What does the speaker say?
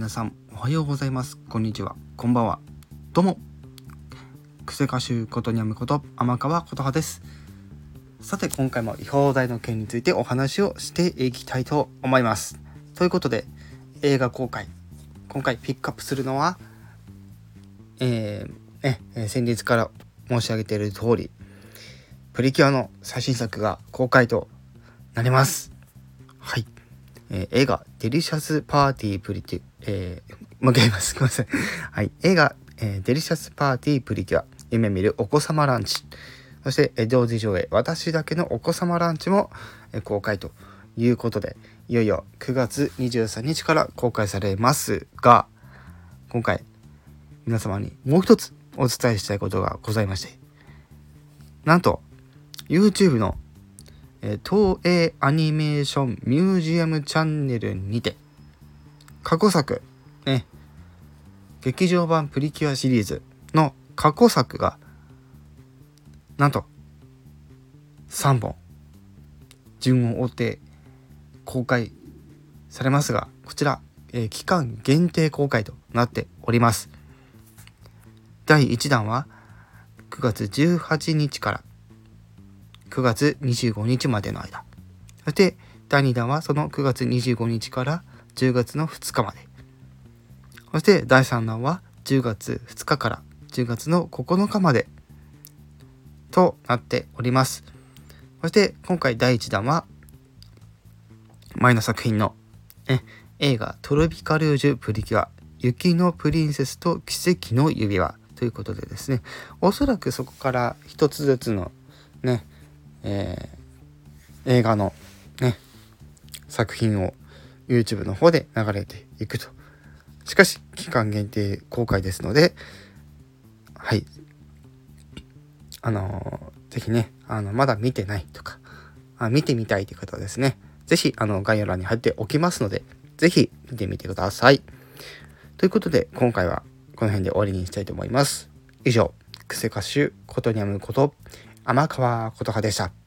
皆さんおはようございます。こんにちは、こんばんは。どうも、クセ歌手ことにゃむこと天川琴葉です。さて、今回も違法題の件についてお話をしていきたいと思います。ということで、映画公開、今回ピックアップするのは先日から申し上げている通り、プリキュアの最新作が公開となります。はい、映画デリシャスパーティープリキュもう一回言います。すみません。はい、映画、デリシャスパーティープリキュア夢見るお子様ランチ、そして同時上映私だけのお子様ランチも公開ということで、いよいよ9月23日から公開されますが、今回皆様にもう一つお伝えしたいことがございまして、なんと YouTube の東映アニメーションミュージアムチャンネルにて過去作劇場版プリキュアシリーズの過去作がなんと3本順を追って公開されますが、こちら、期間限定公開となっております。第1弾は9月18日から9月25日までの間、そして第2弾はその9月25日から10月の2日まで、そして第3弾は10月2日から10月の9日までとなっております。そして今回第1弾は前の作品の映画トロピカルージュプリキュア雪のプリンセスと奇跡の指輪ということでですね、おそらくそこから一つずつの映画の作品を YouTube の方で流れていくと。しかし期間限定公開ですので、はい、ぜひね、まだ見てないとか見てみたいという方はですね、ぜひ概要欄に入っておきますので、ぜひ見てみてください。ということで、今回はこの辺で終わりにしたいと思います。以上、クセ歌手ことにゃむこと天川琴葉でした。